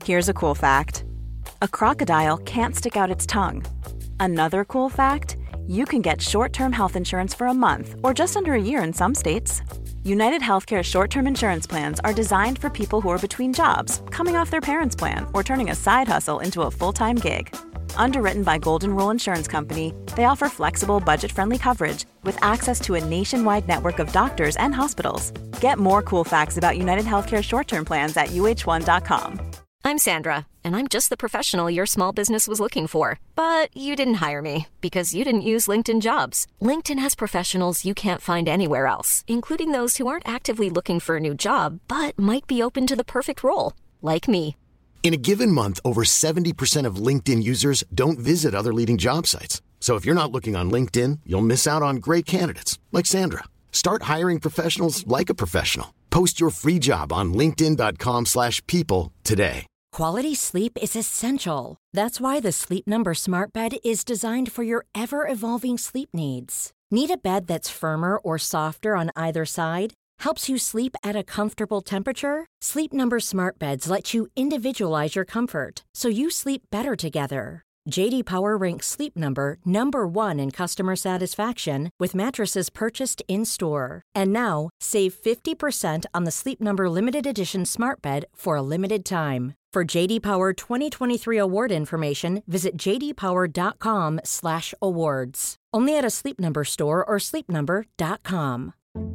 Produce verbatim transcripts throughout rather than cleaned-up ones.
Here's a cool fact. A crocodile can't stick out its tongue. Another cool fact, you can get short-term health insurance for a month or just under a year in some states. United Healthcare short-term insurance plans are designed for people who are between jobs, coming off their parents' plan, or turning a side hustle into a full-time gig. Underwritten by Golden Rule Insurance Company, they offer flexible, budget-friendly coverage with access to a nationwide network of doctors and hospitals. Get more cool facts about United Healthcare short-term plans at U H one dot com. I'm Sandra, and I'm just the professional your small business was looking for. But you didn't hire me because you didn't use LinkedIn Jobs. LinkedIn has professionals you can't find anywhere else, including those who aren't actively looking for a new job, but might be open to the perfect role, like me. In a given month, over seventy percent of LinkedIn users don't visit other leading job sites. So if you're not looking on LinkedIn, you'll miss out on great candidates like Sandra. Start hiring professionals like a professional. Post your free job on linkedin dot com slash people today. Quality sleep is essential. That's why the Sleep Number Smart Bed is designed for your ever-evolving sleep needs. Need a bed that's firmer or softer on either side? Helps you sleep at a comfortable temperature? Sleep Number Smart Beds let you individualize your comfort so you sleep better together. J D Power ranks Sleep Number number one in customer satisfaction with mattresses purchased in-store. And now, save fifty percent on the Sleep Number Limited Edition Smart Bed for a limited time. For J D Power twenty twenty-three award information, visit j d power dot com slash awards. Only at a Sleep Number store or sleep number dot com.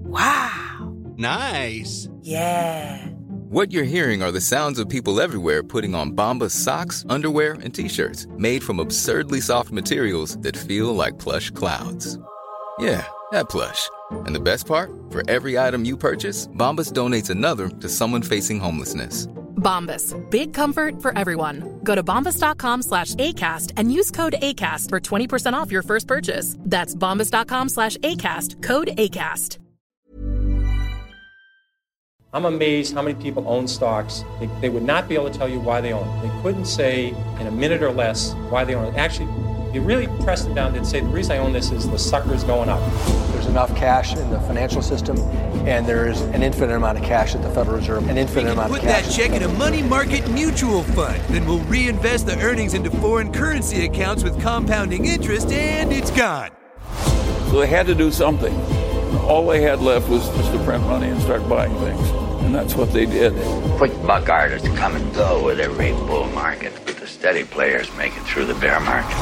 Wow! Nice! Yeah! What you're hearing are the sounds of people everywhere putting on Bombas socks, underwear, and T-shirts made from absurdly soft materials that feel like plush clouds. Yeah, that plush. And the best part? For every item you purchase, Bombas donates another to someone facing homelessness. Bombas. Big comfort for everyone. Go to bombas dot com slash ACAST and use code ACAST for twenty percent off your first purchase. That's bombas dot com slash ACAST. Code ACAST. I'm amazed how many people own stocks. They, they would not be able to tell you why they own it. They couldn't say in a minute or less why they own it. Actually, you really press it down, they'd say, the reason I own this is the sucker's going up. There's enough cash in the financial system, and there is an infinite amount of cash at the Federal Reserve, an infinite amount of cash. Put that check in a money market mutual fund. Then we'll reinvest the earnings into foreign currency accounts with compounding interest, and it's gone. So they had to do something. All they had left was just to print money and start buying things. And that's what they did. Quick buck artists come and go with every bull market, but the steady players make it through the bear market.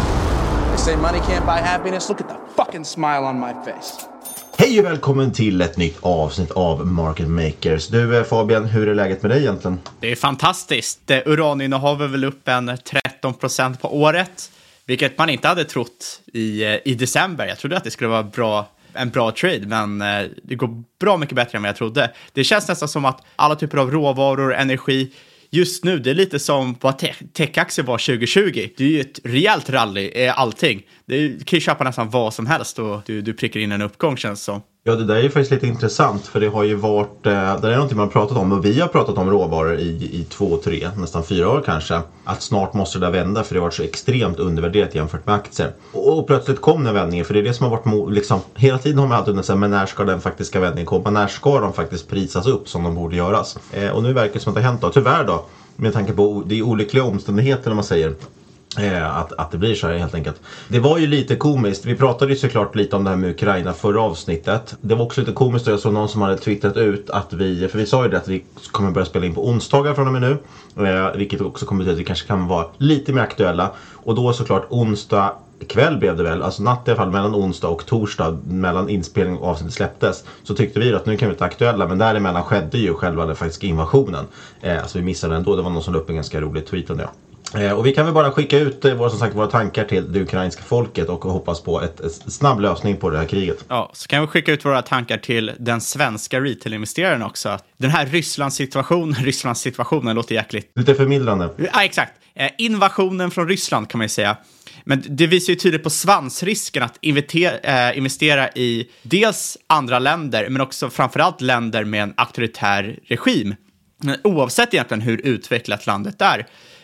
They say money can't buy happiness. Look at the fucking smile on my face. Hej och välkommen till ett nytt avsnitt av Market Makers. Du Fabian, hur är läget med dig egentligen? Det är fantastiskt. Uraninnehav är väl upp en tretton procent på året, vilket man inte hade trott i, i december. Jag trodde att det skulle vara bra, en bra trade, men eh, det går bra mycket bättre än vad jag trodde. Det känns nästan som att alla typer av råvaror, energi, just nu, det är lite som vad te- techaktier var tjugo tjugo. Det är ju ett rejält rally, är allting. Du kan ju köpa nästan vad som helst och du, du prickar in en uppgång, känns som. Ja, det där är ju faktiskt lite intressant, för det har ju varit, det är någonting man har pratat om, och vi har pratat om råvaror i, i två, tre, nästan fyra år kanske, att snart måste det där vända, för det har varit så extremt undervärderat jämfört med aktier. Och, och plötsligt kom den vändningen, för det är det som har varit, liksom, hela tiden har man alltid undrat, men när ska den faktiska vändningen komma, när ska de faktiskt prisas upp som de borde göras? Eh, och nu verkar det som att det har hänt då, tyvärr då, med tanke på de olyckliga omständigheter när man säger Eh, att, att det blir så här helt enkelt. Det var ju lite komiskt. Vi pratade ju såklart lite om det här med Ukraina förra avsnittet. Det var också lite komiskt. Jag såg någon som hade twittrat ut att vi, för vi sa ju det att vi kommer börja spela in på onsdagar från och med nu, eh, vilket också kommer betyda att vi kanske kan vara lite mer aktuella. Och då såklart onsdag kväll blev det väl, alltså natt i alla fall, mellan onsdag och torsdag, mellan inspelning och avsnittet släpptes, så tyckte vi att nu kan vi inte aktuella, men däremellan skedde ju själva den faktiska invasionen. Eh, alltså vi missade den då. Det var någon som la upp en ganska rolig tweet om det. Eh, och vi kan väl bara skicka ut eh, våra, som sagt, våra tankar till det ukrainska folket och hoppas på ett, ett snabb lösning på det här kriget. Ja, så kan vi skicka ut våra tankar till den svenska retail-investeraren också. Den här Rysslandssituationen, Rysslandssituationen låter jäkligt. Lite förmildrande. Ja, exakt. Eh, invasionen från Ryssland kan man ju säga. Men det visar ju tydligt på svansrisken att investera, äh, investera i dels andra länder, men också framförallt länder med en auktoritär regim. Oavsett egentligen hur utvecklat landet är.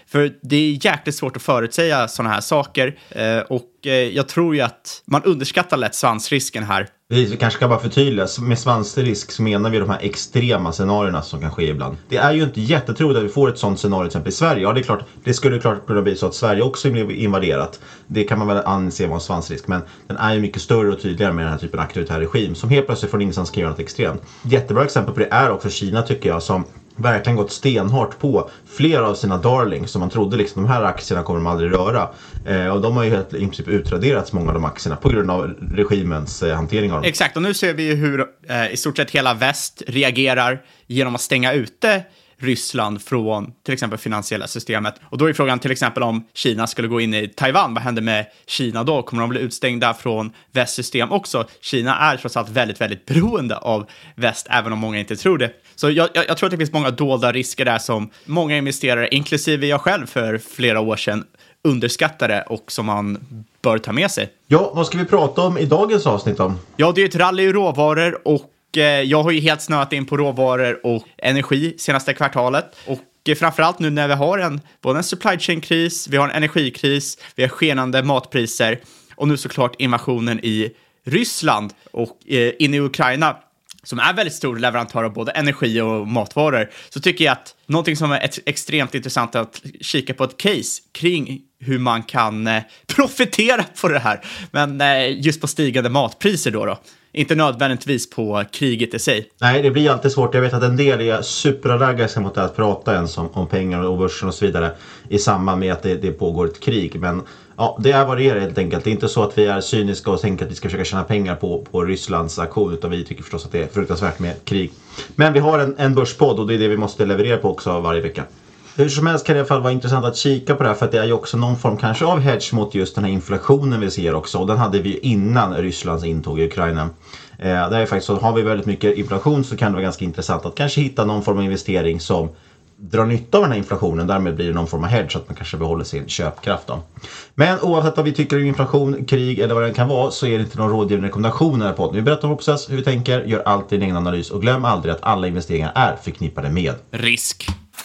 För det är jäkligt svårt att förutsäga sådana här saker. Eh, och eh, jag tror ju att man underskattar lätt svansrisken här. Vi kanske ska bara förtydliga. Med svansrisk så menar vi de här extrema scenarierna som kan ske ibland. Det är ju inte jättetroligt att vi får ett sånt scenario till exempel i Sverige. Ja, det är klart, det skulle klart kunna bli så att Sverige också blir invaderat. Det kan man väl anse vara en svansrisk. Men den är ju mycket större och tydligare med den här typen av auktoritär regim som helt plötsligt från ingenstans kan göra något extremt. Jättebra exempel på det är också Kina, tycker jag, som verkligen gått stenhårt på flera av sina darlings som man trodde liksom de här aktierna kommer de aldrig röra. Eh, och de har ju helt, i princip utraderats, många av de aktierna, på grund av regimens eh, hantering av dem. Exakt, och nu ser vi ju hur eh, i stort sett hela väst reagerar genom att stänga ute Ryssland från till exempel finansiella systemet. Och då är frågan till exempel om Kina skulle gå in i Taiwan. Vad händer med Kina då? Kommer de bli utstängda från västsystem också? Kina är trots allt väldigt, väldigt beroende av väst, även om många inte tror det. Så jag, jag, jag tror att det finns många dolda risker där som många investerare, inklusive jag själv för flera år sedan, underskattade och som man bör ta med sig. Ja, vad ska vi prata om i dagens avsnitt om? Ja, det är ett rally i råvaror och jag har ju helt snöat in på råvaror och energi senaste kvartalet. Och framförallt nu när vi har en, både en supply chain-kris, vi har en energikris, vi har skenande matpriser och nu såklart invasionen i Ryssland och eh, in i Ukraina, som är väldigt stor leverantör av både energi och matvaror, så tycker jag att någonting som är ett, extremt intressant är att kika på ett case kring hur man kan eh, profitera på det här. Men eh, just på stigande matpriser då då. Inte nödvändigtvis på kriget i sig. Nej, det blir alltid svårt. Jag vet att en del är superallergiska mot att prata ens om, om pengar och börsen och så vidare i samband med att det, det pågår ett krig. Men ja, det är vad det är helt enkelt. Det är inte så att vi är cyniska och tänker att vi ska försöka tjäna pengar på, på Rysslands aktion, utan vi tycker förstås att det är fruktansvärt med krig. Men vi har en, en börspodd och det är det vi måste leverera på också varje vecka. Hur som helst kan det i alla fall vara intressant att kika på det här, för att det är ju också någon form kanske av hedge mot just den här inflationen vi ser också. Och den hade vi innan Rysslands intåg i Ukraina. Eh, det är faktiskt så, har vi väldigt mycket inflation så kan det vara ganska intressant att kanske hitta någon form av investering som drar nytta av den här inflationen. Därmed blir det någon form av hedge så att man kanske behåller sin köpkraft då. Men oavsett vad vi tycker om inflation, krig eller vad det kan vara, så är det inte någon rådgivande rekommendationer här på podden. Vi berättar om vår process, hur vi tänker, gör alltid en egen analys och glöm aldrig att alla investeringar är förknippade med risk.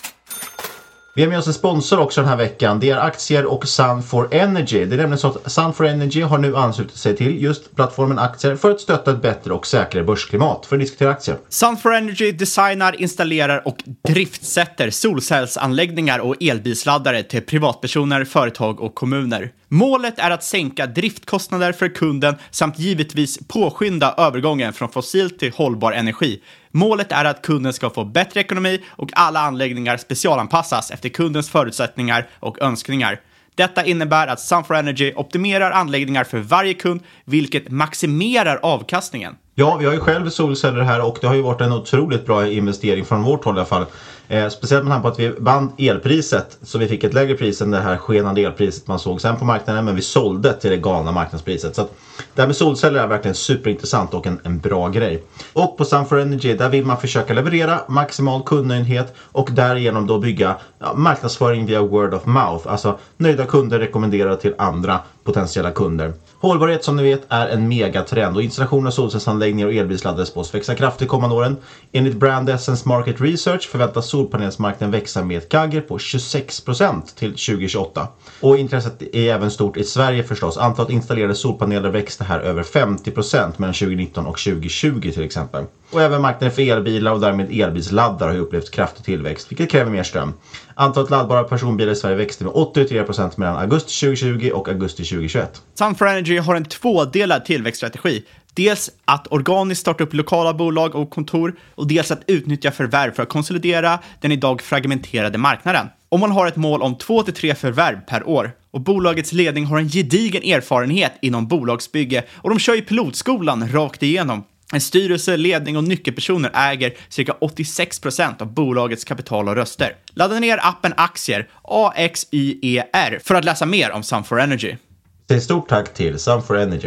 Vi har med oss en sponsor också den här veckan. Det är aktier och Sun for Energy. Det är nämligen så att Sun for Energy har nu anslutit sig till just plattformen aktier för att stötta ett bättre och säkrare börsklimat för att diskutera aktier. Sun for Energy designar, installerar och driftsätter solcellsanläggningar och elbilsladdare till privatpersoner, företag och kommuner. Målet är att sänka driftkostnader för kunden samt givetvis påskynda övergången från fossil till hållbar energi. Målet är att kunden ska få bättre ekonomi och alla anläggningar specialanpassas efter kundens förutsättningar och önskningar. Detta innebär att Sun for Energy optimerar anläggningar för varje kund, vilket maximerar avkastningen. Ja, vi har ju själv solceller här och det har ju varit en otroligt bra investering från vårt håll i alla fall. Eh, speciellt med tanke på att vi band elpriset, så vi fick ett lägre pris än det här skenande elpriset man såg sen på marknaden, men vi sålde till det galna marknadspriset. Så att det här med solceller är verkligen superintressant och en, en bra grej. Och på Sun for Energy, där vill man försöka leverera maximal kundnöjdhet och därigenom då bygga ja, marknadsföring via word of mouth. Alltså nöjda kunder rekommenderade till andra potentiella kunder. Hållbarhet som ni vet är en megatrend och installation av solcellsanläggningar och elbilsladdare spås växa kraftigt kommande åren. Enligt Brand Essence Market Research förväntas solpanelsmarknaden växa med ett C A G R på tjugosex procent till tjugo tjugoåtta. Och intresset är även stort i Sverige förstås. Antalet installerade solpaneler växte här över femtio procent mellan tjugo nitton och tjugo tjugo till exempel. Och även marknaden för elbilar och därmed elbilsladdare har upplevt kraftig tillväxt, vilket kräver mer ström. Antalet laddbara personbilar i Sverige växte med åttiotre procent mellan augusti tjugo tjugo och augusti tjugo tjugoett. Sun for Energy har en tvådelad tillväxtstrategi. Dels att organiskt starta upp lokala bolag och kontor och dels att utnyttja förvärv för att konsolidera den idag fragmenterade marknaden. Om man har ett mål om två till tre förvärv per år och bolagets ledning har en gedigen erfarenhet inom bolagsbygge och de kör i pilotskolan rakt igenom. En styrelse, ledning och nyckelpersoner äger cirka åttiosex procent av bolagets kapital och röster. Ladda ner appen Aktier, A X Y E R, för att läsa mer om Sun for Energy. Ett stort tack till Sun for Energy.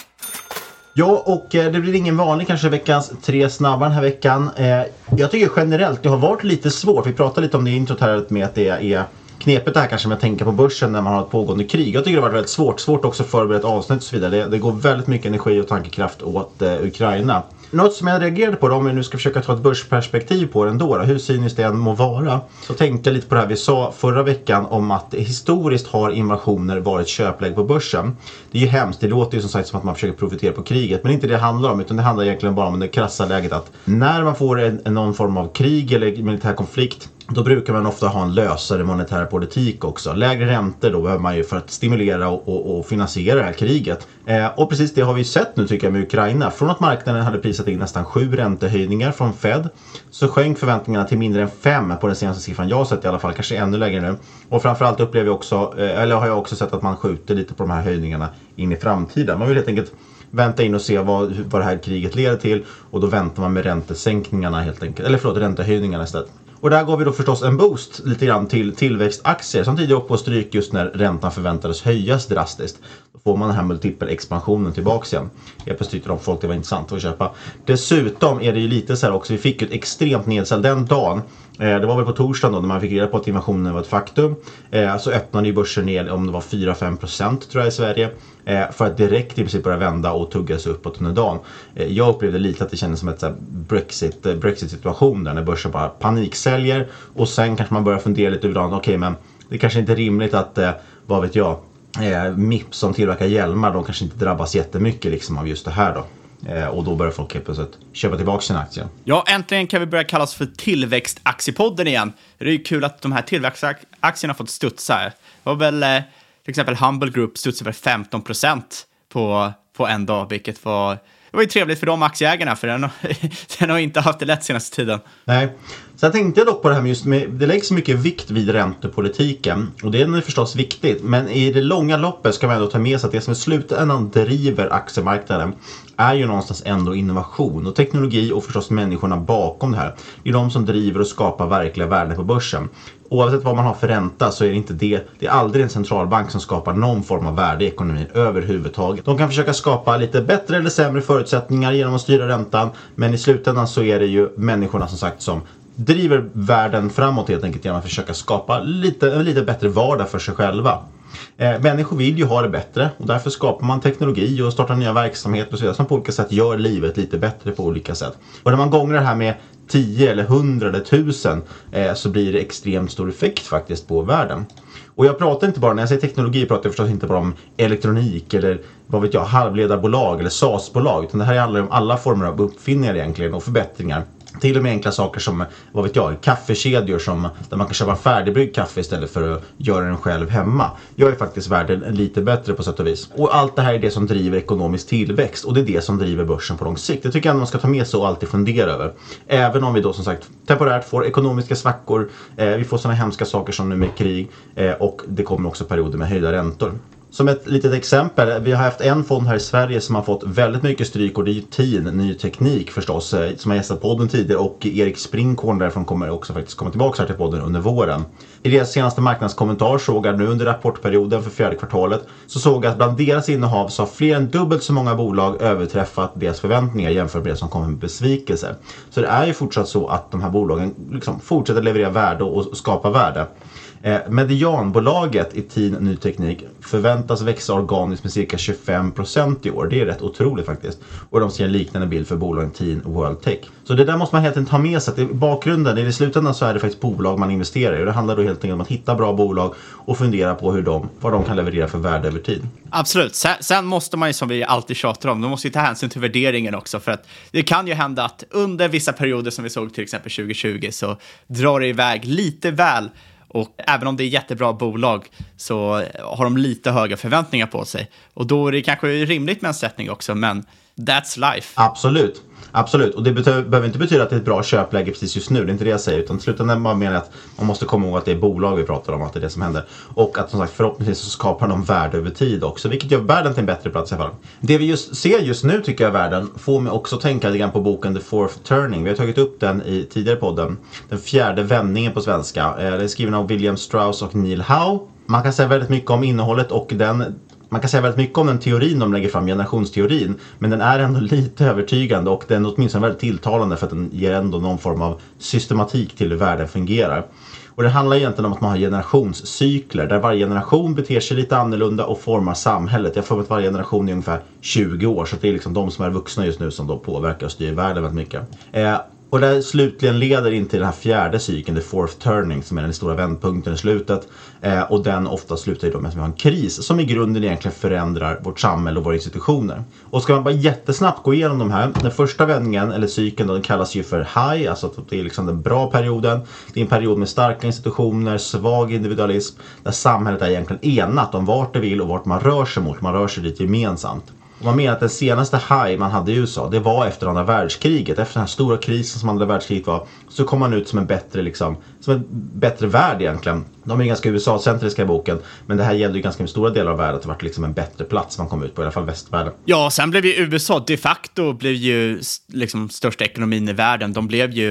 Ja, och det blir ingen vanlig kanske veckans tre snabba den här veckan. Jag tycker generellt det har varit lite svårt. Vi pratade lite om det i introt här med att det är knepet det här kanske med att tänka på börsen när man har ett pågående krig. Jag tycker det har varit väldigt svårt. Svårt också att förbereda ett avsnitt och så vidare. Det, det går väldigt mycket energi och tankekraft åt eh, Ukraina. något som jag reagerade på då, om vi nu ska försöka ta ett börsperspektiv på det ändå, då, hur cyniskt det än må vara, så tänkte jag lite på det här vi sa förra veckan om att historiskt har invasioner varit köpläge på börsen. Det är ju hemskt, det låter ju som sagt som att man försöker profitera på kriget, men inte det handlar om, utan det handlar egentligen bara om det krassa läget att när man får en, en någon form av krig eller militär konflikt, då brukar man ofta ha en lösare monetär politik också. Lägre räntor då behöver man ju för att stimulera och, och, och finansiera det här kriget. Eh, och precis det har vi sett nu tycker jag med Ukraina. Från att marknaden hade prisat in nästan sju räntehöjningar från Fed, så sjönk förväntningarna till mindre än fem på den senaste siffran jag har sett i alla fall, kanske ännu lägre nu. Och framförallt upplever jag också, eh, eller har jag också sett att man skjuter lite på de här höjningarna in i framtiden. Man vill helt enkelt vänta in och se vad, vad det här kriget leder till, och då väntar man med räntesänkningarna helt enkelt, eller förlåt, räntehöjningarna istället. Och där går vi då förstås en boost lite grann till tillväxtaktier som tidigare upp på stryk just när räntan förväntades höjas drastiskt. Då får man den här multipelexpansionen tillbaka igen. Jag tyckte de folk det var intressant att köpa. Dessutom är det ju lite så här också, vi fick ett extremt nedsälj den dagen. Det var väl på torsdagen då när man fick reda på att invasionen var ett faktum. Så öppnade ju börsen ner om det var fyra till fem procent tror jag i Sverige. För att direkt i princip börja vända och tugga sig uppåt under dagen. Jag upplevde lite att det kändes som ett så här Brexit, Brexit-situation där när börsen bara paniksäljer. Och sen kanske man börjar fundera lite över okej okay, men det kanske inte är rimligt att, vad vet jag, M I P som tillverkar hjälmar, de kanske inte drabbas jättemycket liksom av just det här då. Och då börjar folk helt plötsligt köpa tillbaka sina aktier. Ja, äntligen kan vi börja kallas för tillväxtaktiepodden igen. Det är ju kul att de här tillväxtaktierna har fått studsa. Det var väl till exempel Humble Group studsade väl femton procent på, på en dag, vilket var, det var ju trevligt för de aktieägarna, för den har, den har inte haft det lätt senaste tiden. Nej, så jag tänkte dock på det här med just med, det läggs mycket vikt vid räntepolitiken, och det är förstås viktigt, men i det långa loppet ska man ändå ta med sig att det som i slutändan driver aktiemarknaden är ju någonstans ändå innovation och teknologi och förstås människorna bakom det här. Det är de som driver och skapar verkliga värden på börsen. Oavsett vad man har för ränta så är det inte det, det är aldrig en centralbank som skapar någon form av värde i ekonomin överhuvudtaget. De kan försöka skapa lite bättre eller sämre förutsättningar genom att styra räntan, men i slutändan så är det ju människorna som sagt som driver världen framåt helt enkelt genom att försöka skapa lite, en lite bättre vardag för sig själva. Eh, människor vill ju ha det bättre, och därför skapar man teknologi och startar nya verksamheter och så vidare som på olika sätt gör livet lite bättre på olika sätt. Och när man gånger det här med tio eller hundra eller tusen eh, så blir det extremt stor effekt faktiskt på världen. Och jag pratar inte bara, när jag säger teknologi pratar jag förstås inte bara om elektronik eller vad vet jag, halvledarbolag eller SaaS-bolag, utan det här handlar om alla former av uppfinningar egentligen och förbättringar. Till och med enkla saker som, vad vet jag, kaffekedjor som, där man kan köpa en färdigbryggd kaffe istället för att göra den själv hemma. Jag är faktiskt världen lite bättre på sätt och vis. Och allt det här är det som driver ekonomisk tillväxt, och det är det som driver börsen på lång sikt. Det tycker jag att man ska ta med sig och alltid fundera över. Även om vi då som sagt temporärt får ekonomiska svackor, eh, vi får sådana hemska saker som nu med krig, eh, och det kommer också perioder med höjda räntor. Som ett litet exempel, vi har haft en fond här i Sverige som har fått väldigt mycket stryk, och det är ju T I N, Ny Teknik förstås, som har gästat podden tidigare, och Erik Springhorn därifrån kommer också faktiskt komma tillbaka här till podden under våren. I deras senaste marknadskommentar såg jag nu under rapportperioden för fjärde kvartalet, så såg jag att bland deras innehav så har fler än dubbelt så många bolag överträffat deras förväntningar jämfört med det som kommer med besvikelse. Så det är ju fortsatt så att de här bolagen liksom fortsätter leverera värde och skapa värde. Eh, medianbolaget i T I N Ny Teknik förväntas växa organiskt med cirka tjugofem procent i år. Det är rätt otroligt faktiskt. Och de ser en liknande bild för bolagen T I N World Tech. Så det där måste man helt enkelt ta med sig. Att i bakgrunden, i slutändan så är det faktiskt bolag man investerar i. Och det handlar då helt enkelt om att hitta bra bolag och fundera på hur de, vad de kan leverera för värde över tid. Absolut. Sen, sen måste man ju, som vi alltid tjatar om, de måste ju ta hänsyn till värderingen också. För att det kan ju hända att under vissa perioder som vi såg till exempel tjugo tjugo så drar det iväg lite väl. Och även om det är jättebra bolag så har de lite höga förväntningar på sig. Och då är det kanske rimligt med en sättning också, men that's life. Absolut. Absolut, och det betyder, behöver inte betyda att det är ett bra köpläge precis just nu, det är inte det jag säger, utan slutändan man menar att man måste komma ihåg att det är bolag vi pratar om, att det är det som händer, och att som sagt förhoppningsvis så skapar de värde över tid också, vilket gör världen till en bättre plats i alla fall. Det vi just ser just nu tycker jag världen får mig också tänka lite grann på boken The Fourth Turning. Vi har tagit upp den i tidigare podden, den fjärde vändningen på svenska. Den är skriven av William Strauss och Neil Howe. Man kan säga väldigt mycket om innehållet och den Man kan säga väldigt mycket om den teorin de lägger fram, generationsteorin, men den är ändå lite övertygande, och den är åtminstone väldigt tilltalande för att den ger ändå någon form av systematik till hur världen fungerar. Och det handlar egentligen om att man har generationscykler där varje generation beter sig lite annorlunda och formar samhället. Jag får att varje generation är ungefär tjugo år, så det är liksom de som är vuxna just nu som då påverkar och styr världen väldigt mycket. Eh, Och det slutligen leder in till den här fjärde cykeln, the fourth turning, som är den stora vändpunkten i slutet. Eh, och den ofta slutar ju då med att vi har en kris som i grunden egentligen förändrar vårt samhälle och våra institutioner. Och ska man bara jättesnabbt gå igenom de här. Den första vändningen, eller cykeln, då, den kallas ju för high, alltså att det är liksom den bra perioden. Det är en period med starka institutioner, svag individualism, där samhället är egentligen enat om vart det vill och vart man rör sig mot. Man rör sig dit gemensamt. Och man menar att den senaste high man hade i U S A, det var efter andra världskriget. Efter den här stora krisen som andra världskriget var, så kom man ut som en bättre, liksom, som en bättre värld egentligen. De är ganska U S A-centriska i boken, men det här gällde ju ganska stora delar av världen. Det var liksom en bättre plats man kom ut på, i alla fall västvärlden. Ja, sen blev ju U S A de facto blev ju liksom största ekonomin i världen. De blev ju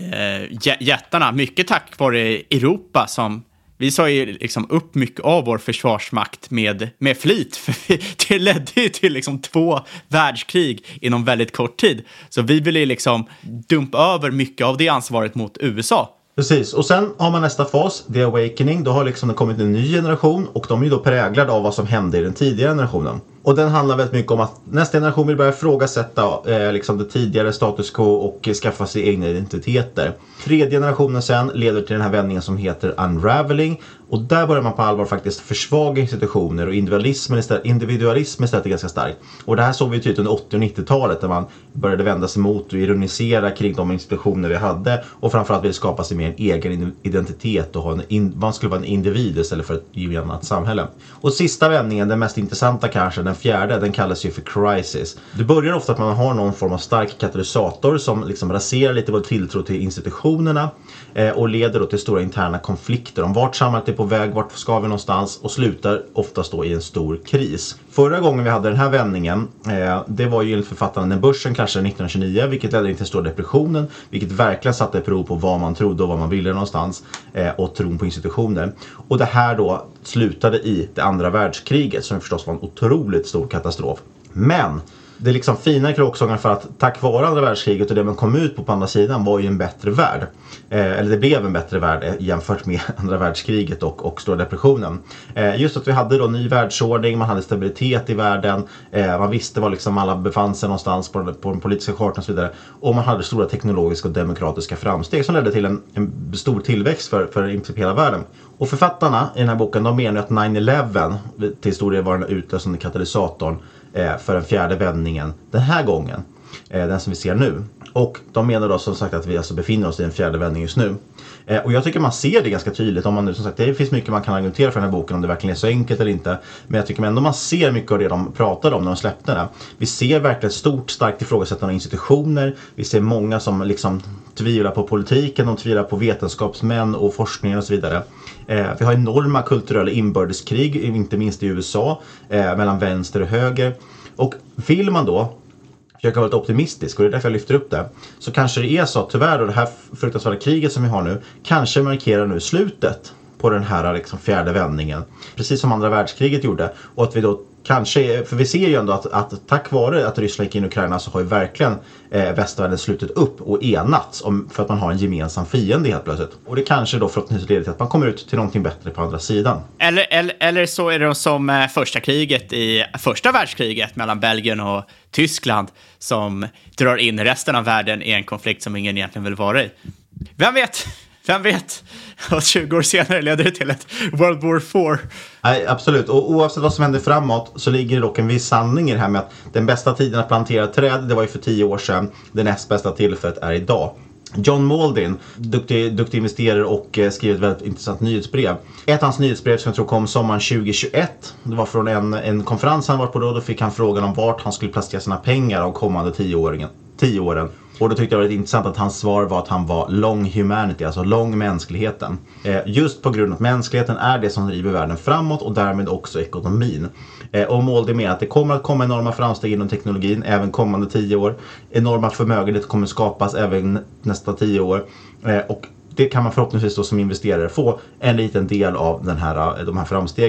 eh, jättarna, mycket tack vare Europa som... Vi sa ju liksom upp mycket av vår försvarsmakt med, med flit. För det ledde ju till liksom två världskrig inom väldigt kort tid. Så vi ville liksom dumpa över mycket av det ansvaret mot U S A. Precis, och sen har man nästa fas, The Awakening. Då har liksom det kommit en ny generation och de är ju då präglade av vad som hände i den tidigare generationen. Och den handlar väldigt mycket om att nästa generation vill börja ifrågasätta eh, liksom det tidigare status quo och skaffa sig egna identiteter. Tredje generationen sen leder till den här vändningen som heter Unraveling. Och där börjar man på allvar faktiskt försvaga institutioner och individualismen istället, individualism istället är ganska starkt. Och det här såg vi tydligt under åttio- och nittiotalet där man började vända sig mot och ironisera kring de institutioner vi hade. Och framförallt ville skapa sig med en egen identitet och ha en in, man skulle vara en individ istället för ett gemensamt samhälle. Och sista vändningen, den mest intressanta kanske, den fjärde, den kallas ju för crisis. Det börjar ofta att man har någon form av stark katalysator som liksom raserar lite vår tilltro till institutionerna eh, och leder då till stora interna konflikter om vart samhället är på väg, vart ska vi någonstans, och slutar oftast då i en stor kris. Förra gången vi hade den här vändningen, eh, det var ju enligt författaren när börsen kraschade nittonhundratjugonio, vilket ledde in till stora depressionen, vilket verkligen satte prov på vad man trodde och vad man ville någonstans eh, och tron på institutioner. Och det här då slutade i det andra världskriget som förstås var en otroligt stor katastrof. Men det liksom fina i kråksången för att tack vare andra världskriget och det man kom ut på på andra sidan var ju en bättre värld. Eh, eller det blev en bättre värld jämfört med andra världskriget och, och stora depressionen. Eh, just att vi hade då ny världsordning, man hade stabilitet i världen, eh, man visste var liksom alla befann sig någonstans på, på den politiska kartan och så vidare. Och man hade stora teknologiska och demokratiska framsteg som ledde till en, en stor tillväxt för, för hela världen. Och författarna i den här boken, de menar att nine eleven till stor del var den utlösande katalysatorn för den fjärde vändningen den här gången, den som vi ser nu. Och de menar då som sagt att vi alltså befinner oss i en fjärde vändning just nu. Och jag tycker man ser det ganska tydligt om man nu, som sagt, det finns mycket man kan argumentera för den här boken om det verkligen är så enkelt eller inte. Men jag tycker ändå man ser mycket av det de pratade om när de släppte det. Vi ser verkligen stort, starkt ifrågasättande av institutioner. Vi ser många som liksom tvivlar på politiken, de tvivlar på vetenskapsmän och forskningen och så vidare. Eh, vi har enorma kulturella inbördeskrig, inte minst i U S A, eh, mellan vänster och höger. Och vill man då försöka vara lite optimistisk, och det är därför jag lyfter upp det, så kanske det är så att tyvärr då det här fruktansvärda kriget som vi har nu kanske markerar nu slutet på den här liksom fjärde vändningen, precis som andra världskriget gjorde. Och att vi då kanske, för vi ser ju ändå att, att tack vare att Ryssland gick in i Ukraina så har ju verkligen eh, västvärlden slutit upp och enats om, för att man har en gemensam fiende helt plötsligt. Och det kanske då förhoppningsvis leder till att man kommer ut till någonting bättre på andra sidan. Eller, eller, eller så är det som eh, första kriget i första världskriget mellan Belgien och Tyskland som drar in resten av världen i en konflikt som ingen egentligen vill vara i. Vem vet? Vem vet? Och tjugo år senare leder det till ett World War four. Nej, absolut. Och oavsett vad som händer framåt så ligger det dock en viss sanning i det här med att den bästa tiden att plantera träd, det var ju för tio år sedan. Det näst bästa tillfället är idag. John Mauldin, duktig, duktig investerare och eh, skrivit ett väldigt intressant nyhetsbrev. Ett av hans nyhetsbrev som jag tror kom sommaren tjugohundratjugoett. Det var från en, en konferens han var på då. Då fick han frågan om vart han skulle placera sina pengar de kommande tio åren. Tio åren. Och då tyckte jag det var intressant att hans svar var att han var long humanity, alltså lång mänskligheten. Eh, just på grund av att mänskligheten är det som driver världen framåt och därmed också ekonomin. Eh, och Mauldin menar att det kommer att komma enorma framsteg inom teknologin även kommande tio år. Enorma förmögenheter kommer skapas även nästa tio år. Eh, och det kan man förhoppningsvis då som investerare få en liten del av den här, de här framstegen.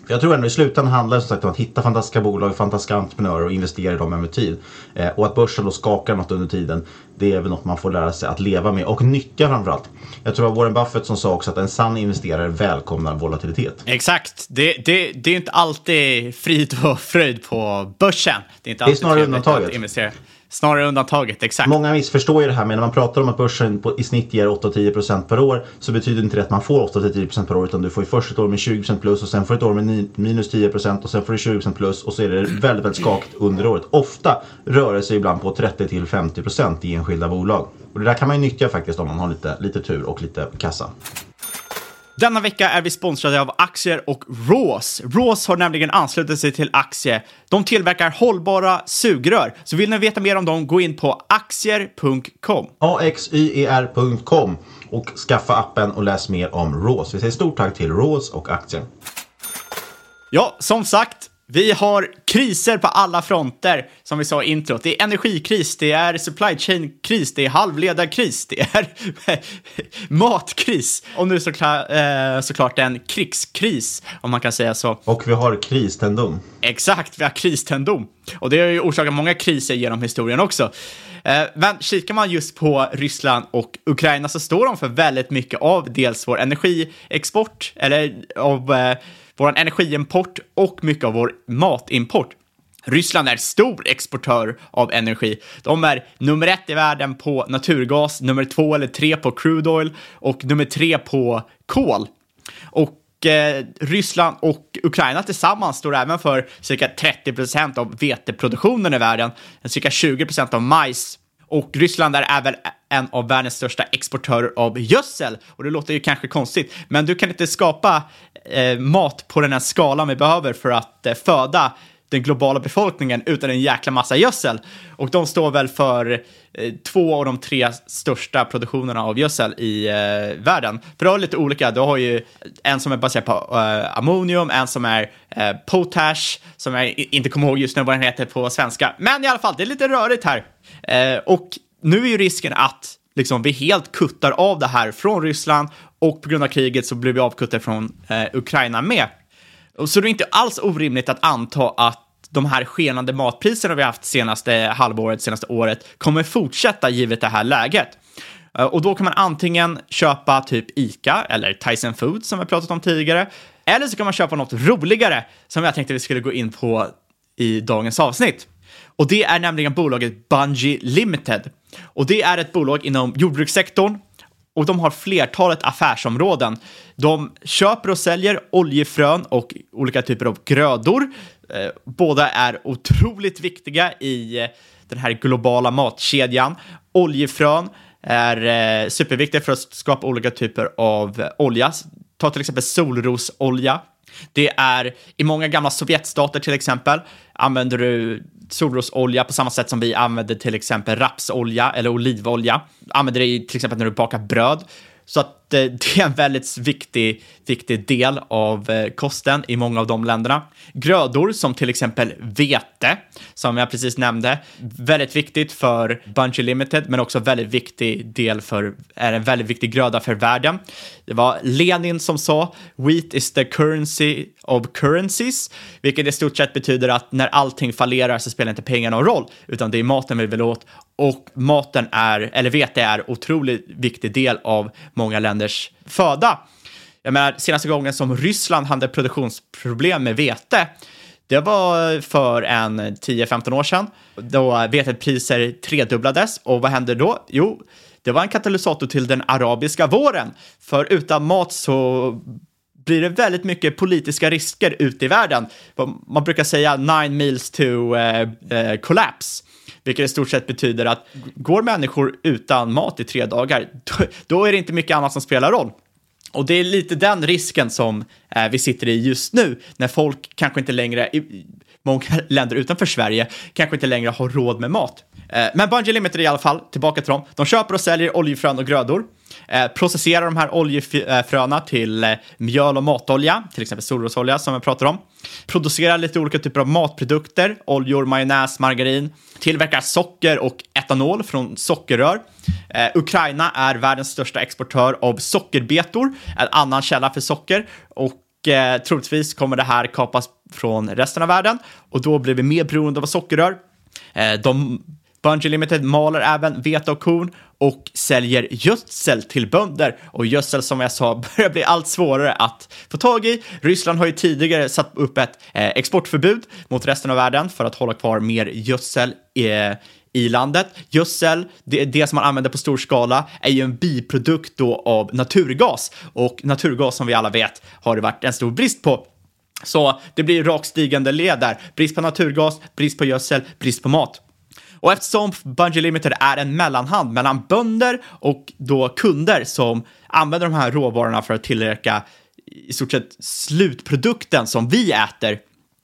Jag tror ändå i slutändan handlar det som sagt om att hitta fantastiska bolag, fantastiska entreprenörer och investera i dem över tid. Eh, och att börsen då skakar något under tiden, det är väl något man får lära sig att leva med och nyttja framförallt. Jag tror att Warren Buffett som sa också att en sann investerare välkomnar volatilitet. Exakt, det, det, det är inte alltid frid och fröjd på börsen. Det är, inte det är snarare undantaget. Att investera. Snarare undantaget, exakt. Många missförstår ju det här, men när man pratar om att börsen på, i snitt ger åtta till tio procent per år, så betyder inte det att man får åtta till tio procent per år, utan du får ju först ett år med tjugo procent plus och sen får ett år med minus tio procent och sen får du tjugo procent plus och så är det väldigt, väldigt skakt under året. Ofta rör det sig ibland på trettio till femtio procent i enskilda bolag. Och det där kan man ju nyttja faktiskt om man har lite, lite tur och lite kassa. Denna vecka är vi sponsrade av Aktier och Rås. Rås har nämligen anslutit sig till Aktier. De tillverkar hållbara sugrör. Så vill ni veta mer om dem, gå in på aktier punkt com. A X Y E R punkt com och skaffa appen och läs mer om Rås. Vi säger stort tack till Rås och Aktier. Ja, som sagt, vi har kriser på alla fronter, som vi sa i introt. Det är energikris, det är supply chain-kris, det är halvledarkris, det är matkris. Och nu såklart, eh, såklart en krigskris, om man kan säga så. Och vi har kristendom. Exakt, vi har kristendom. Och det har ju orsakat många kriser genom historien också. Eh, men kikar man just på Ryssland och Ukraina så står de för väldigt mycket av dels vår energiexport, eller av... Eh, vår energiimport och mycket av vår matimport. Ryssland är stor exportör av energi. De är nummer ett i världen på naturgas, nummer två eller tre på crude oil och nummer tre på kol. Och eh, Ryssland och Ukraina tillsammans står även för cirka trettio procent av veteproduktionen i världen, cirka tjugo procent av majs. Och Ryssland är även en av världens största exportörer av gödsel. Och det låter ju kanske konstigt, men du kan inte skapa eh, mat på den här skalan vi behöver för att eh, föda den globala befolkningen utan en jäkla massa gödsel. Och de står väl för eh, två av de tre största produktionerna av gödsel i eh, världen. För det är lite olika. Du har ju en som är baserad på eh, ammonium, en som är eh, potash, som jag inte kommer ihåg just nu vad den heter på svenska. Men i alla fall, det är lite rörigt här. Eh, och nu är ju risken att liksom, vi helt kuttar av det här från Ryssland, och på grund av kriget så blir vi avkuttade från eh, Ukraina med. Och så det är inte alls orimligt att anta att de här skenande matpriserna vi har haft senaste halvåret, senaste året kommer fortsätta givet det här läget. Eh, och då kan man antingen köpa typ ICA eller Tyson Foods som vi pratat om tidigare, eller så kan man köpa något roligare som jag tänkte vi skulle gå in på i dagens avsnitt. Och det är nämligen bolaget Bunge Limited. Och det är ett bolag inom jordbrukssektorn. Och de har flertalet affärsområden. De köper och säljer oljefrön och olika typer av grödor. Eh, båda är otroligt viktiga i eh, den här globala matkedjan. Oljefrön är eh, superviktigt för att skapa olika typer av eh, olja. Ta till exempel solrosolja. Det är i många gamla Sovjetstater till exempel använder du solrosolja på samma sätt som vi använder till exempel rapsolja eller olivolja. Använder det till exempel när du bakar bröd. Så att eh, det är en väldigt viktig, viktig del av eh, kosten i många av de länderna. Grödor som till exempel vete, som jag precis nämnde. Väldigt viktigt för Bunge Limited, men också väldigt viktig del för, är en väldigt viktig gröda för världen. Det var Lenin som sa, wheat is the currency of currencies, vilket i stort sett betyder att när allting fallerar så spelar inte pengar någon roll, utan det är maten vi vill åt. Och maten är, eller vete är, otroligt viktig del av många länders föda. Jag menar, senaste gången som Ryssland hade produktionsproblem med vete, det var för en tio femton år sedan, då vetepriser tredubblades. Och vad hände då? Jo, det var en katalysator till den arabiska våren. För utan mat så blir det väldigt mycket politiska risker ute i världen. Man brukar säga nine meals to uh, uh, collapse. Vilket i stort sett betyder att går människor utan mat i tre dagar, då, då är det inte mycket annat som spelar roll. Och det är lite den risken som eh, vi sitter i just nu, när folk kanske inte längre, i många länder utanför Sverige, kanske inte längre har råd med mat. Eh, men Bunge Limited i alla fall, tillbaka till dem. De köper och säljer oljefrön och grödor. Eh, processerar de här oljefröna till eh, mjöl och matolja, till exempel solrosolja som jag pratar om. Producerar lite olika typer av matprodukter, oljor, majonnäs, margarin. Tillverkar socker och etanol från sockerrör. Eh, Ukraina är världens största exportör av sockerbetor, en annan källa för socker. Och Och eh, troligtvis kommer det här kapas från resten av världen. Och då blir vi mer beroende av sockerrör. Eh, de, Bunge Limited maler även vete och korn och säljer gödsel till bönder. Och gödsel, som jag sa, börjar bli allt svårare att få tag i. Ryssland har ju tidigare satt upp ett eh, exportförbud mot resten av världen för att hålla kvar mer gödsel eh, i landet. Gödsel, det, det som man använder på stor skala, är ju en biprodukt då av naturgas. Och naturgas, som vi alla vet, har det varit en stor brist på. Så det blir rakt stigande led där. Brist på naturgas, brist på gödsel, brist på mat. Och eftersom Bunge Limited är en mellanhand mellan bönder och då kunder som använder de här råvarorna för att tillverka i stort sett slutprodukten som vi äter,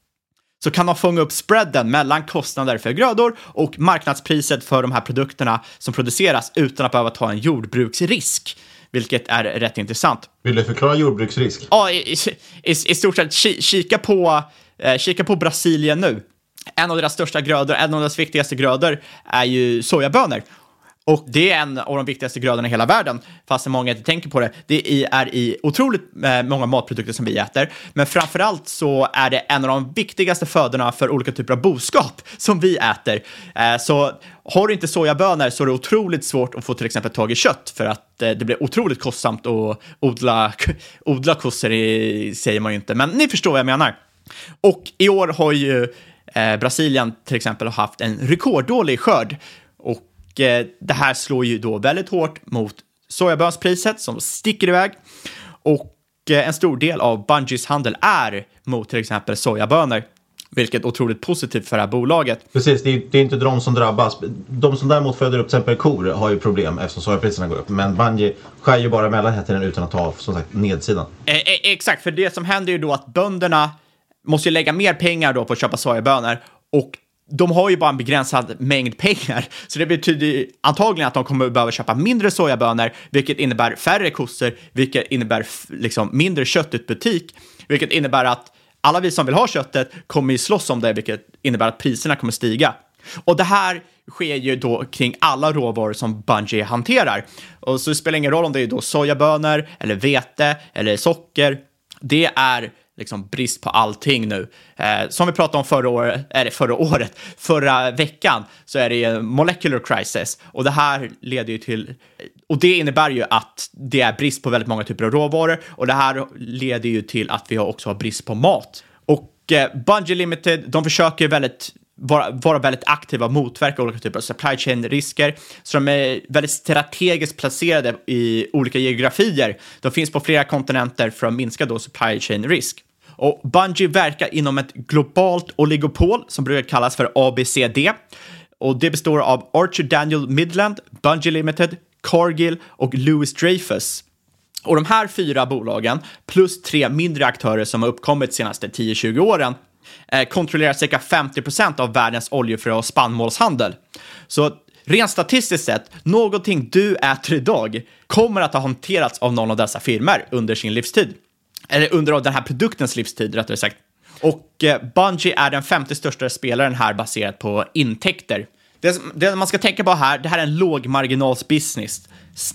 så kan de fånga upp spreaden mellan kostnader för grödor och marknadspriset för de här produkterna som produceras utan att behöva ta en jordbruksrisk, vilket är rätt intressant. Vill du förklara jordbruksrisk? Ja, i, i, i, i stort sett kika på, eh, kika på Brasilien nu. En av deras största grödor, en av deras viktigaste grödor är ju sojabönor. Och det är en av de viktigaste grödorna i hela världen, fast många inte tänker på det. Det är i otroligt många matprodukter som vi äter. Men framförallt så är det en av de viktigaste födorna för olika typer av boskap som vi äter. Så har du inte sojabönor så är det otroligt svårt att få till exempel tag i kött, för att det blir otroligt kostsamt att odla, odla kossor, i, säger man ju inte. Men ni förstår vad jag menar. Och i år har ju eh, Brasilien till exempel haft en rekorddålig skörd. Och det här slår ju då väldigt hårt mot sojabönspriset som sticker iväg. Och en stor del av Bunges handel är mot till exempel sojabönor, vilket är otroligt positivt för det här bolaget. Precis, det är, det är inte de som drabbas. De som däremot föder upp till exempel kor har ju problem eftersom sojapriserna går upp. Men Bunge skär ju bara mellan hela tiden utan att ta, som sagt, nedsidan. Eh, eh, exakt, för det som händer är ju då att bönderna måste ju lägga mer pengar då på att köpa sojabönor, och de har ju bara en begränsad mängd pengar. Så det betyder antagligen att de kommer behöva köpa mindre sojabönor, vilket innebär färre kossor, vilket innebär liksom mindre kött i butik, vilket innebär att alla vi som vill ha köttet kommer ju slåss om det, vilket innebär att priserna kommer stiga. Och det här sker ju då kring alla råvaror som Bunge hanterar. Och så det spelar ingen roll om det är då sojabönor eller vete eller socker. Det är liksom brist på allting nu. Eh, som vi pratade om förra året, eller förra året, förra veckan, så är det ju molecular crisis. Och det här leder ju till, och det innebär ju att det är brist på väldigt många typer av råvaror, och det här leder ju till att vi också har brist på mat. Och eh, Bunge Limited, de försöker väldigt Vara, vara väldigt aktiva och motverka olika typer av supply chain-risker. Så de är väldigt strategiskt placerade i olika geografier. De finns på flera kontinenter för att minska då supply chain-risk. Och Bunge verkar inom ett globalt oligopol som brukar kallas för A B C D. Och det består av Archer Daniel Midland, Bunge Limited, Cargill och Louis Dreyfus. Och de här fyra bolagen, plus tre mindre aktörer som har uppkommit de senaste tio till tjugo åren, kontrollerar cirka femtio procent av världens oljefrö- och spannmålshandel. Så rent statistiskt sett, någonting du äter idag kommer att ha hanterats av någon av dessa firmor under sin livstid. Eller under den här produktens livstid, rättare sagt. Och eh, Bunge är den femte största spelaren här baserat på intäkter. Det, det man ska tänka på här, det här är en lågmarginalsbusiness.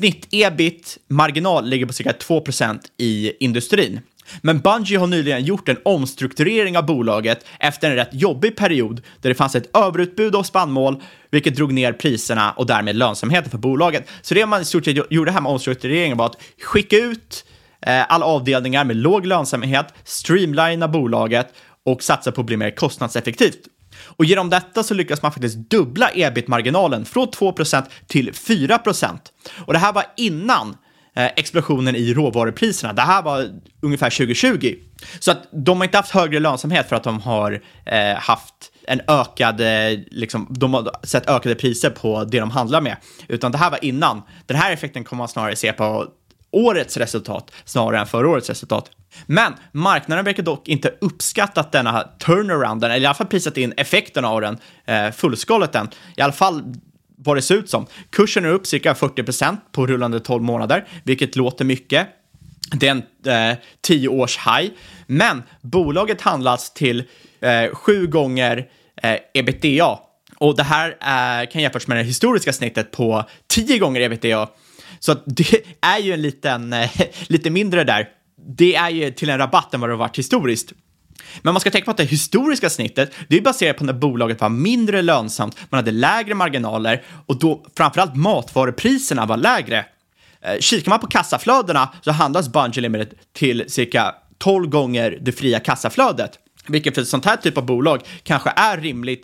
Snitt-ebit-marginal ligger på cirka två procent i industrin. Men Bunge har nyligen gjort en omstrukturering av bolaget efter en rätt jobbig period där det fanns ett överutbud av spannmål, vilket drog ner priserna och därmed lönsamheten för bolaget. Så det man i stort sett gjorde här med omstruktureringen var att skicka ut eh, alla avdelningar med låg lönsamhet, streamlina bolaget och satsa på att bli mer kostnadseffektivt. Och genom detta så lyckas man faktiskt dubbla ebit-marginalen från två procent till fyra procent. Och det här var innan explosionen i råvarupriserna. Det här var ungefär tjugo tjugo. Så att de har inte haft högre lönsamhet för att de har eh, haft en ökad, eh, liksom, de har sett ökade priser på det de handlar med. Utan det här var innan. Den här effekten kommer man snarare se på årets resultat snarare än förra årets resultat. Men marknaden verkar dock inte uppskattat denna turnarounden, eller i alla fall prisat in effekterna av den, eh, fullskalet den. I alla fall vad det ser ut som. Kursen är upp cirka fyrtio procent på rullande tolv månader, vilket låter mycket. Det är en eh, tio års high. Men bolaget handlas till eh, sju gånger eh, ebitda. Och det här eh, kan jämföras med det historiska snittet på tio gånger ebitda. Så att det är ju en liten, eh, lite mindre där. det är ju till en rabatt än vad det har varit historiskt. Men man ska tänka på att det historiska snittet, det är baserat på när bolaget var mindre lönsamt, man hade lägre marginaler och då framförallt matvarupriserna var lägre. Eh, kikar man på kassaflödena så handlas Bungie Limited till cirka tolv gånger det fria kassaflödet. Vilket för ett sånt här typ av bolag kanske är rimligt,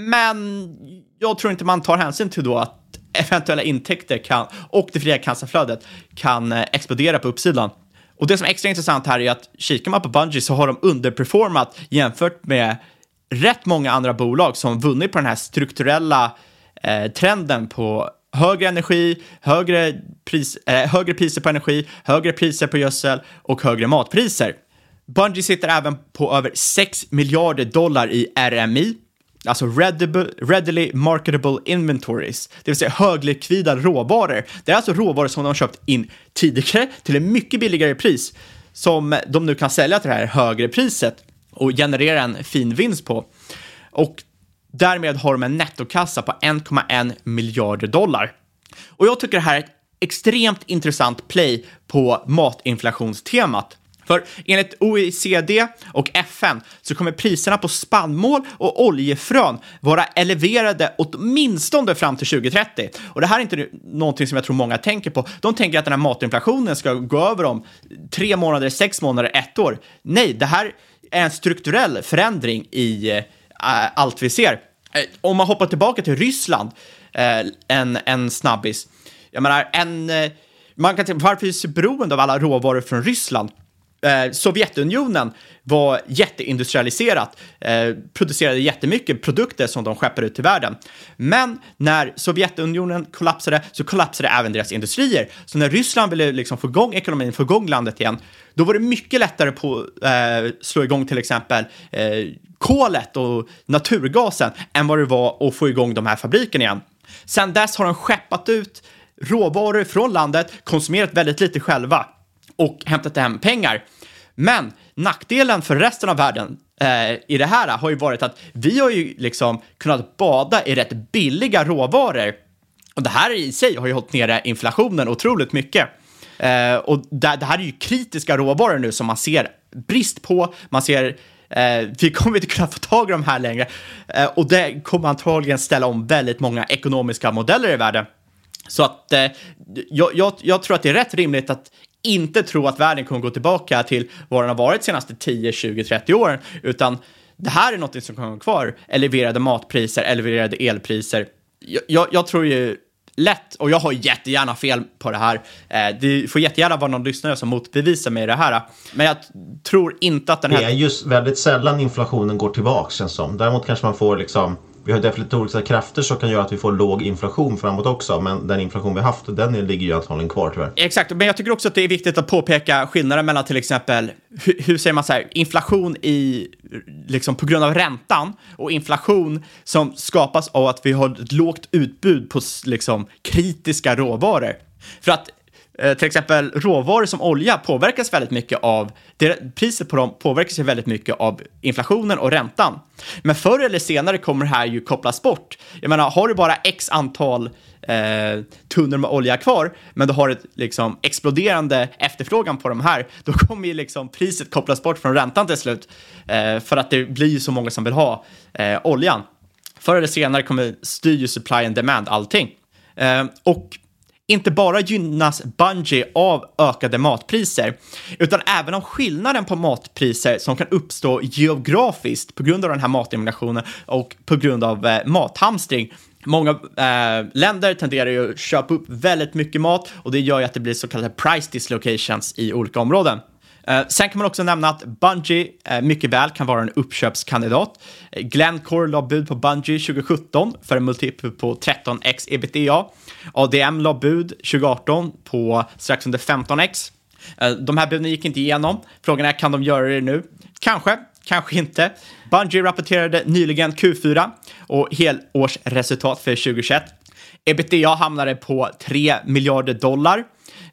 men jag tror inte man tar hänsyn till då att eventuella intäkter kan, och det fria kassaflödet kan eh, explodera på uppsidan. Och det som är extra intressant här är att kikar man på Bungie så har de underperformat jämfört med rätt många andra bolag som vunnit på den här strukturella eh, trenden på högre energi, högre, pris, eh, högre priser på energi, högre priser på gödsel och högre matpriser. Bungie sitter även på över sex miljarder dollar i R M I, alltså Readily Marketable Inventories, det vill säga höglikvida råvaror. Det är alltså råvaror som de har köpt in tidigare till en mycket billigare pris som de nu kan sälja till det här högre priset och generera en fin vinst på. Och därmed har de en nettokassa på en komma en miljarder dollar. Och jag tycker det här är ett extremt intressant play på matinflationstemat. För enligt O E C D och F N så kommer priserna på spannmål och oljefrön vara eleverade åtminstone fram till tjugo trettio. Och det här är inte någonting som jag tror många tänker på. De tänker att den här matinflationen ska gå över om tre månader, sex månader, ett år. Nej, det här är en strukturell förändring i äh, allt vi ser. Äh, om man hoppar tillbaka till Ryssland, äh, en, en snabbis. Jag menar, en, äh, man kan tänka, varför är vi så beroende av alla råvaror från Ryssland? Eh, Sovjetunionen var jätteindustrialiserat, eh, producerade jättemycket produkter som de skeppade ut till världen. Men när Sovjetunionen kollapsade så kollapsade även deras industrier. Så när Ryssland ville liksom få igång ekonomin, få igång landet igen, då var det mycket lättare på eh, slå igång till exempel eh, kolet och naturgasen än vad det var att få igång de här fabrikerna igen. Sen dess har de skeppat ut råvaror från landet, konsumerat väldigt lite själva och hämtat hem pengar. Men nackdelen för resten av världen eh, i det här har ju varit att vi har ju liksom kunnat bada i rätt billiga råvaror. Och det här i sig har ju hållit nere inflationen otroligt mycket. Eh, och det, det här är ju kritiska råvaror nu som man ser brist på. Man ser, eh, vi kommer inte kunna få tag i de här längre. Eh, och det kommer antagligen ställa om väldigt många ekonomiska modeller i världen. Så att eh, jag, jag, jag tror att det är rätt rimligt att inte tro att världen kommer gå tillbaka till vad den har varit de senaste tio, tjugo, trettio åren, utan det här är något som kommer vara kvar. Eleverade matpriser, eleverade elpriser. Jag, jag, jag tror ju lätt, och jag har jättegärna fel på det här. Eh, det får jättegärna vara någon lyssnare som motbevisar mig i det här. Men jag tror inte att den här... Det är just väldigt sällan inflationen går tillbaka, känns som. Däremot kanske man får liksom... Vi har deflatoriska krafter som kan göra att vi får låg inflation framåt också. Men den inflation vi haft, den ligger ju antagligen kvar tyvärr. Exakt, men jag tycker också att det är viktigt att påpeka skillnaden mellan till exempel, hur, hur säger man så här, inflation i, liksom på grund av räntan och inflation som skapas av att vi har ett lågt utbud på liksom kritiska råvaror. För att till exempel råvaror som olja påverkas väldigt mycket av, det, priset på dem påverkas ju väldigt mycket av inflationen och räntan. Men förr eller senare kommer det här ju kopplas bort. Jag menar, har du bara x antal eh, tunnor med olja kvar, men du har ett liksom exploderande efterfrågan på de här, då kommer ju liksom priset kopplas bort från räntan till slut. Eh, för att det blir ju så många som vill ha eh, oljan. Förr eller senare kommer styr ju supply and demand allting. Eh, och inte bara gynnas Bungie av ökade matpriser, utan även av skillnaden på matpriser som kan uppstå geografiskt på grund av den här matinflationen och på grund av eh, mathamstring. Många eh, länder tenderar ju att köpa upp väldigt mycket mat, och det gör ju att det blir så kallade price dislocations i olika områden. Uh, sen kan man också nämna att Bungie uh, mycket väl kan vara en uppköpskandidat. Uh, Glencore la bud på Bungie tjugo sjutton för en multipel på tretton x ebitda. A D M la bud tjugo arton på strax under femton x. Uh, de här buden gick inte igenom. Frågan är, kan de göra det nu? Kanske, kanske inte. Bungie rapporterade nyligen Q fyra och helårsresultat för tjugo tjugoett. Ebitda hamnade på tre miljarder dollar,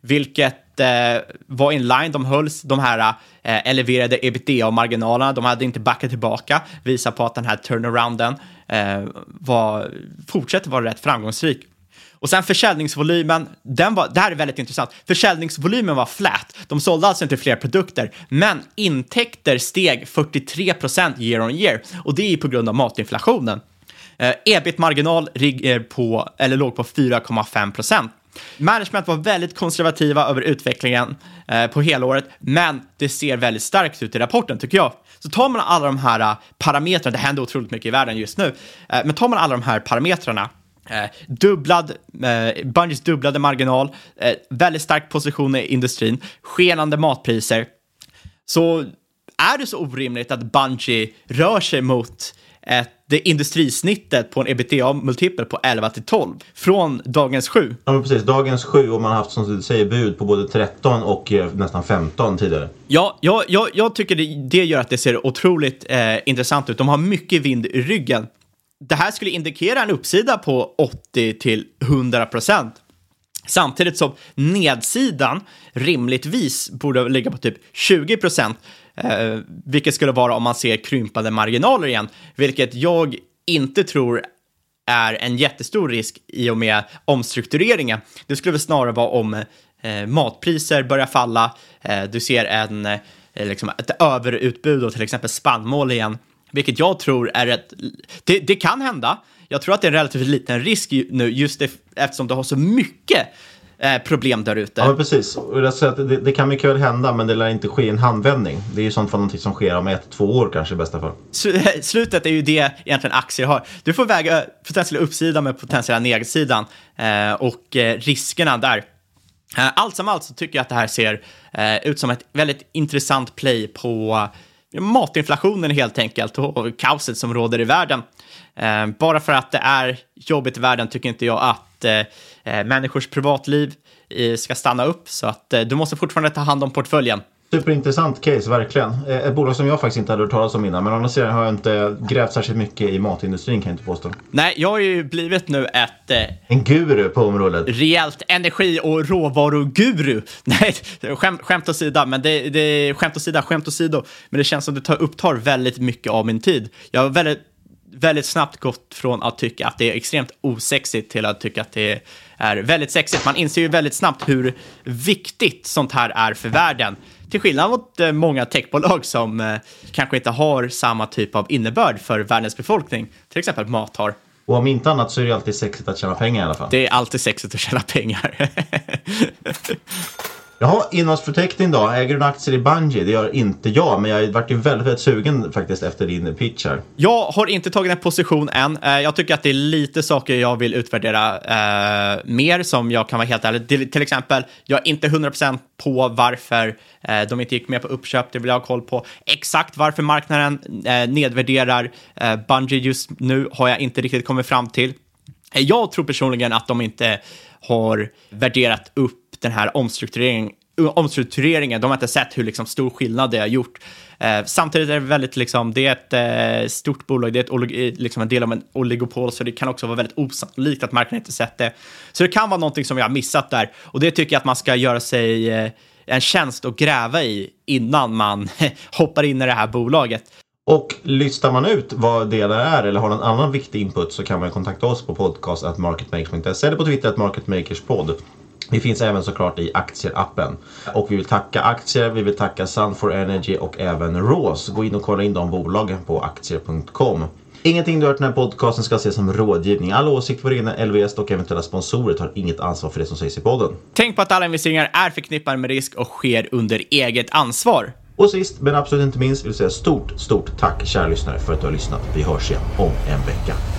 vilket eh, var in line. De hölls de här eh, eleverade ebitda-marginalerna. De hade inte backat tillbaka. Visar på att den här turnarounden eh, var, fortsätter vara rätt framgångsrik. Och sen försäljningsvolymen, den var, det här är väldigt intressant. Försäljningsvolymen var flat. De sålde alltså inte fler produkter, men intäkter steg fyrtiotre procent year on year. Och det är på grund av matinflationen. Eh, E B I T-marginal ligger på, eller låg på fyra komma fem procent. Management var väldigt konservativa över utvecklingen eh, på hela året, men det ser väldigt starkt ut i rapporten tycker jag. Så tar man alla de här parametrarna, det händer otroligt mycket i världen just nu, eh, men tar man alla de här parametrarna, eh, dubblad, eh, Bungies dubblade marginal, eh, väldigt stark position i industrin, skenande matpriser, så är det så orimligt att Bungie rör sig mot ett, det industrisnittet på en ebitda-multipel på elva till tolv från dagens sju. Ja, men precis. Dagens sju, och man har haft, som du säger, bud på både tretton och eh, nästan femton tidigare. Ja, jag, jag, jag tycker det, det gör att det ser otroligt eh, intressant ut. De har mycket vind i ryggen. Det här skulle indikera en uppsida på åttio till hundra procent. Samtidigt som nedsidan rimligtvis borde ligga på typ tjugo procent. Eh, vilket skulle vara om man ser krympande marginaler igen. Vilket jag inte tror är en jättestor risk i och med omstruktureringen. Det skulle väl snarare vara om eh, matpriser börjar falla. Eh, du ser en, eh, liksom ett överutbud av till exempel spannmål igen. Vilket jag tror är ett... Det, det kan hända. Jag tror att det är en relativt liten risk nu just det, eftersom du har så mycket eh, problem där ute. Ja, precis. Och jag säger att det, det kan mycket väl hända, men det lär inte ske i en handvändning. Det är ju sånt för någonting som sker om ett, två år kanske i bästa fall. Slutet är ju det egentligen aktier har. Du får väga potentiella uppsidan med potentiella nedsidan eh, och eh, riskerna där. Eh, allt som allt så tycker jag att det här ser eh, ut som ett väldigt intressant play på matinflationen helt enkelt och kaoset som råder i världen. Eh, bara för att det är jobbigt i världen tycker inte jag att eh, människors privatliv eh, ska stanna upp, så att eh, du måste fortfarande ta hand om portföljen. Superintressant case, verkligen. Ett bolag som jag faktiskt inte hade hört talas om innan, men annars har jag inte grävt särskilt mycket i matindustrin, kan jag inte påstå. Nej, jag har ju blivit nu ett... Eh, en guru på området. Rejält energi- och råvaruguru. Nej, skämt, skämt åsida, men det, det skämt åsida, skämt åsido. Men det känns som det tar, upptar väldigt mycket av min tid. Jag har väldigt, väldigt snabbt gått från att tycka att det är extremt osexigt till att tycka att det är väldigt sexigt. Man inser ju väldigt snabbt hur viktigt sånt här är för världen. Till skillnad mot eh, många techbolag som eh, kanske inte har samma typ av innebörd för världens befolkning. Till exempel mat har. Och om inte annat så är det alltid sexigt att tjäna pengar i alla fall. Det är alltid sexigt att tjäna pengar. Jaha, innehållsförteckning då. Äger du aktier i Bungie? Det gör inte jag, men jag har varit ju väldigt, väldigt sugen faktiskt efter din pitch här. Jag har inte tagit en position än. Jag tycker att det är lite saker jag vill utvärdera eh, mer, som jag kan vara helt ärlig. Till, till exempel, jag är inte hundra procent på varför eh, de inte gick med på uppköp. Det vill jag ha koll på. Exakt varför marknaden eh, nedvärderar eh, Bungie just nu har jag inte riktigt kommit fram till. Jag tror personligen att de inte har värderat upp den här omstruktureringen, omstruktureringen. De har inte sett hur liksom stor skillnad det har gjort. Eh, samtidigt är det väldigt liksom, det är ett eh, stort bolag, det är ett, liksom en del av en oligopol, så det kan också vara väldigt osannolikt att marknaden inte sett det. Så det kan vara någonting som jag har missat där, och det tycker jag att man ska göra sig eh, en tjänst och gräva i innan man hoppar in i det här bolaget. Och listar man ut vad det är eller har någon annan viktig input, så kan man kontakta oss på podcast at marketmakers punkt se eller på Twitter at marketmakerspod. Vi finns även såklart i aktierappen. Och vi vill tacka Aktier, vi vill tacka Sun for Energy och även Rås. Gå in och kolla in de bolagen på aktier punkt com. Ingenting du hört i den här podcasten ska ses som rådgivning. Alla åsikter för egna L V S och eventuella sponsorer tar inget ansvar för det som sägs i podden. Tänk på att alla investeringar är förknippade med risk och sker under eget ansvar. Och sist men absolut inte minst vill jag säga stort, stort tack kära lyssnare för att du har lyssnat. Vi hörs igen om en vecka.